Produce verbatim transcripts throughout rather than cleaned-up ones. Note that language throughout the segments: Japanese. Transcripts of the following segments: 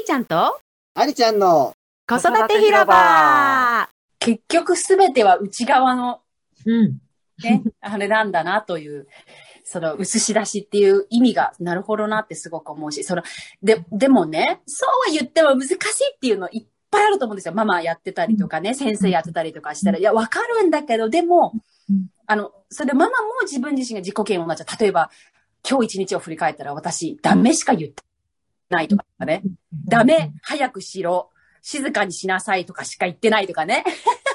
ちゃんとありちゃんの子育て広場。 結局すべては内側の、 うん。 ね、あれなんだなという、その映し出しっていう意味がなるほどなってすごく思うし、その、で、でもね、そうは言っても難しいっていうのいっぱいあると思うんですよ。ママやってたりとかね、先生やってたりとかしたら、いや、わかるんだけど、でも、あの、それでママも自分自身が自己嫌悪になっちゃう。例えば、今日一日を振り返ったら私、ダメしか言ってないとかね。ダメ、早くしろ、静かにしなさいとかしか言ってないとかね。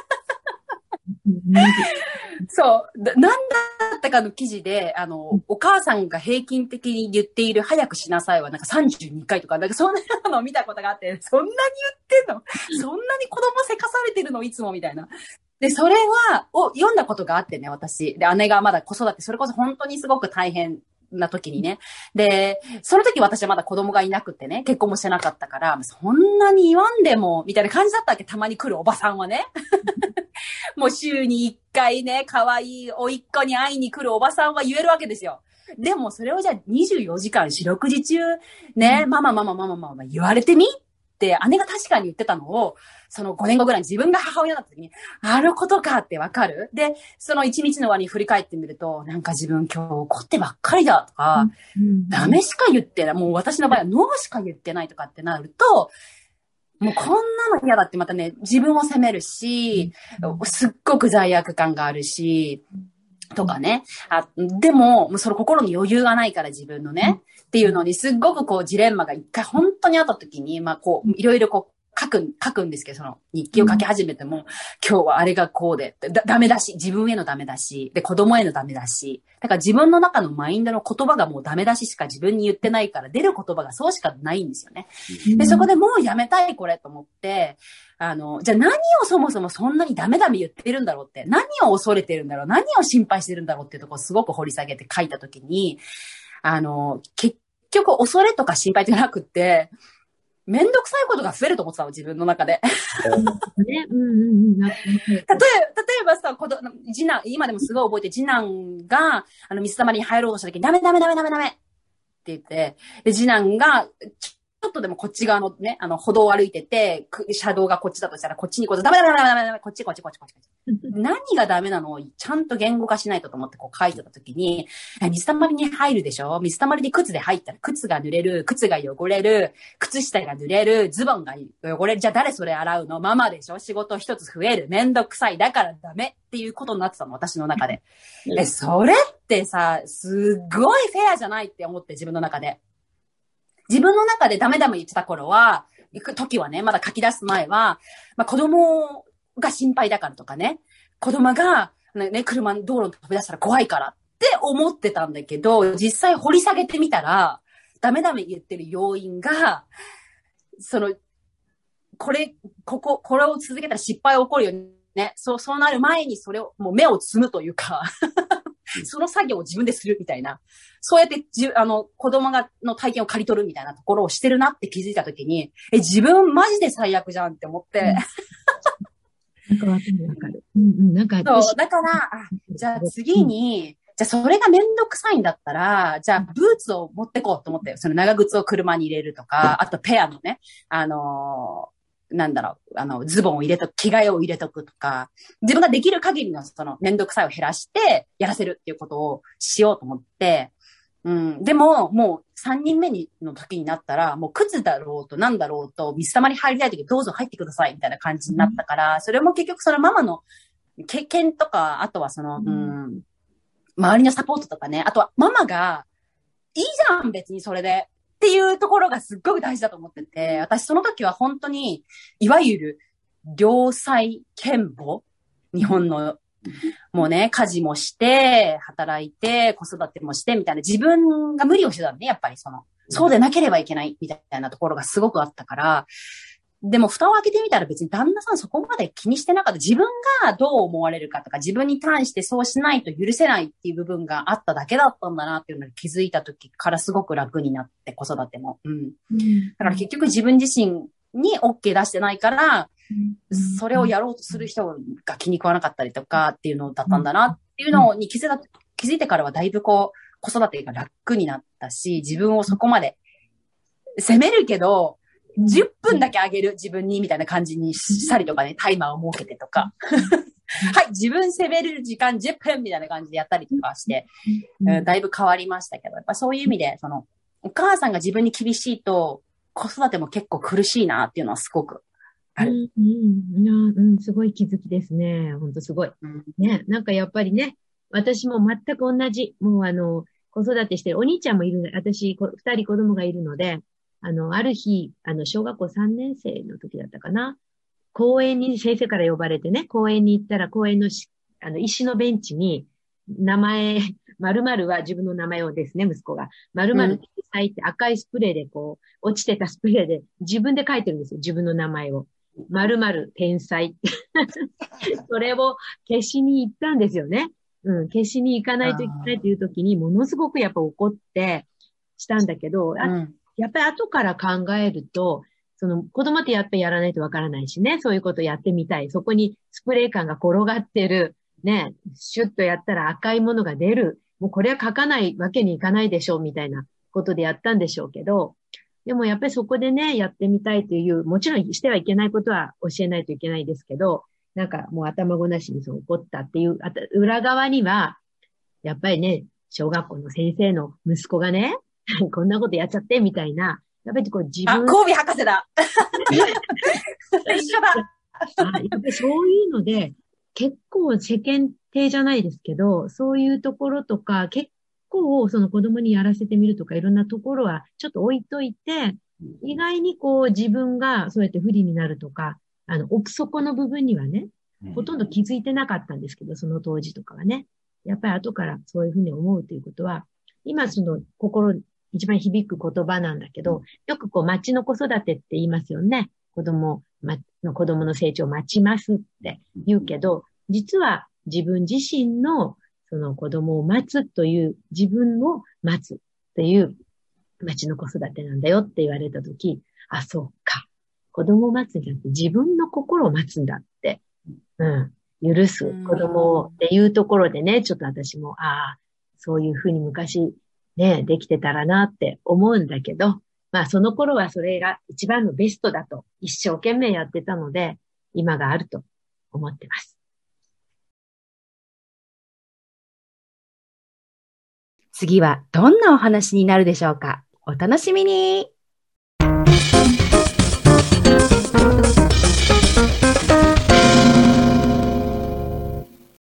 そう。なんだったかの記事で、あの、お母さんが平均的に言っている早くしなさいはなんかさんじゅうにかいとか、なんかそんなのを見たことがあって、そんなに言ってんのそんなに子供せかされてるのいつもみたいな。で、それは、を読んだことがあってね、私。で、姉がまだ子育て、それこそ本当にすごく大変な時にね。で、その時私はまだ子供がいなくてね、結婚もしてなかったから、そんなに言わんでも、みたいな感じだったわけ、たまに来るおばさんはね。もう週にいっかいね、可愛い甥っ子に会いに来るおばさんは言えるわけですよ。でもそれをじゃあにじゅうよじかん四六時中ね、ママママママママ言われてみって姉が確かに言ってたのを、そのごねんごぐらいに自分が母親だった時に、あることかってわかる？で、その一日の終わりに振り返ってみると、なんか自分今日怒ってばっかりだとか、うんうん、ダメしか言ってない、もう私の場合はノーしか言ってないとかってなると、もうこんなの嫌だってまたね、自分を責めるし、すっごく罪悪感があるし、とかね。あ、でも、もうその心に余裕がないから自分のね、っていうのにすっごくこうジレンマが一回本当にあった時に、まあこう、いろいろこう、書く、書くんですけど、その日記を書き始めても、うん、今日はあれがこうで、だ、ダメだし、自分へのダメだし、で、子供へのダメだし、だから自分の中のマインドの言葉がもうダメ出ししか自分に言ってないから、出る言葉がそうしかないんですよね。うん、で、そこでもうやめたいこれと思って、あの、じゃあ何をそもそもそんなにダメダメ言ってるんだろうって、何を恐れてるんだろう、何を心配してるんだろうっていうところをすごく掘り下げて書いたときに、あの、結局恐れとか心配じゃなくって、めんどくさいことが増えると思ってたの、自分の中で。ね、うんうんうん、例え、例えばさ、子供、次男、今でもすごい覚えて、次男が、あの、水たまりに入ろうとした時に、ダメダメダメダメダメって言って、で、次男が、ちょっとでもこっち側のね、あの、歩道を歩いてて、車道がこっちだとしたら、こっちにこう、ダメダメダメダメダメ、こっちこっちこっちこっちこっち。何がダメなのをちゃんと言語化しないとと思ってこう書いてたときに、水たまりに入るでしょ？水たまりに靴で入ったら靴が濡れる、靴が汚れる、靴下が濡れる、ズボンが汚れる。じゃあ誰それ洗うの？ママでしょ？仕事一つ増える。めんどくさい。だからダメっていうことになってたの、私の中で。え、それってさ、すっごいフェアじゃないって思って、自分の中で。自分の中でダメダメ言ってた頃は、行く時はね、まだ書き出す前は、まあ、子供が心配だからとかね、子供がね、車の道路に飛び出したら怖いからって思ってたんだけど、実際掘り下げてみたら、ダメダメ言ってる要因が、その、これ、ここ、これを続けたら失敗起こるよね。そう、そうなる前にそれを、もう目をつむというか、その作業を自分でするみたいな。そうやってじ、あの、子供が、の体験を刈り取るみたいなところをしてるなって気づいたときに、え、自分マジで最悪じゃんって思って。 なんかわかるわかる。うんうん、なんか。 そう、だから、あ、じゃあ次に、じゃあそれがめんどくさいんだったら、じゃあブーツを持ってこうと思って、その長靴を車に入れるとか、あとペアのね、あのー、なんだろう、あの、ズボンを入れとく、着替えを入れとくとか、自分ができる限りのその、めんどくさいを減らして、やらせるっていうことをしようと思って、うん。でも、もう、三人目にの時になったら、もう、靴だろうと、なんだろうと、水たまり入りたい時どうぞ入ってください、みたいな感じになったから、それも結局そのママの経験とか、あとはその、うん、周りのサポートとかね、あとはママが、いいじゃん、別にそれで。っていうところがすっごく大事だと思ってて、私その時は本当に、いわゆる、良妻賢母日本の、もうね、家事もして、働いて、子育てもして、みたいな、自分が無理をしてたんで、やっぱりその、そうでなければいけない、みたいなところがすごくあったから、でも蓋を開けてみたら別に旦那さんそこまで気にしてなかった。自分がどう思われるかとか、自分に対してそうしないと許せないっていう部分があっただけだったんだなっていうのに気づいた時からすごく楽になって、子育ても。うん。だから結局自分自身に OK 出してないから、それをやろうとする人が気に食わなかったりとかっていうのだったんだなっていうのに気づいた、気づいてからはだいぶこう、子育てが楽になったし、自分をそこまで責めるけど、 じゅっぷんだけあげる自分にみたいな感じにしたりとかね、タイマーを設けてとか。はい、自分責める時間じゅっぷんみたいな感じでやったりとかして、うん、だいぶ変わりましたけど、やっぱそういう意味で、その、お母さんが自分に厳しいと、子育ても結構苦しいなっていうのはすごくある。 うん、うん、いや、うん、すごい気づきですね。ほんとすごい。 うん、 ね、なんかやっぱりね、私も全く同じ、もうあの、子育てしてる、お兄ちゃんもいるの、私、こ二人子供がいるので、あの、ある日、あの、小学校さんねん生の時だったかな。公園に先生から呼ばれてね、公園に行ったら公園のし、あの、石のベンチに、名前、〇〇は自分の名前をですね、息子が。〇〇って書いて赤いスプレーでこう、落ちてたスプレーで自分で書いてるんですよ、自分の名前を。〇〇天才。それを消しに行ったんですよね。うん、消しに行かないといけないという時に、ものすごくやっぱ怒ってしたんだけど、あ、 うん、 やっぱり後から考えると、その子供ってやっぱりやらないとわからないしね、そういうことやってみたい。そこにスプレー缶が転がってる。ね、シュッとやったら赤いものが出る。もうこれは書かないわけにいかないでしょう、みたいなことでやったんでしょうけど、でもやっぱりそこでね、やってみたいという、もちろんしてはいけないことは教えないといけないですけど、なんかもう頭ごなしにそう怒ったっていう、あた裏側には、やっぱりね、小学校の先生の息子がね、こんなことやっちゃってみたいな、やっぱりこう自あ、 分、 コービー博士だ。一緒だ。 あ、やっぱりそういうので、結構世間体じゃないですけど、そういうところとか、結構その子供にやらせてみるとか、いろんなところはちょっと置いといて、意外にこう自分がそうやって不利になるとか、あの、奥底の部分にはね、ほとんど気づいてなかったんですけど、その当時とかはね。やっぱり後からそういうふうに思うということは、今その心、一番響く言葉なんだけど、よくこう街の子育てって言いますよね。子供、ま、の子供の成長を待ちますって言うけど、実は自分自身のその子供を待つという、自分を待つという街の子育てなんだよって言われたとき、あ、そうか。子供を待つんじゃなくて自分の心を待つんだって。うん。許す子供をっていうところでね、ちょっと私も、ああ、そういうふうに昔ね、できてたらなって思うんだけど、まあその頃はそれが一番のベストだと一生懸命やってたので、今があると思ってます。 次はどんなお話になるでしょうか。お楽しみに。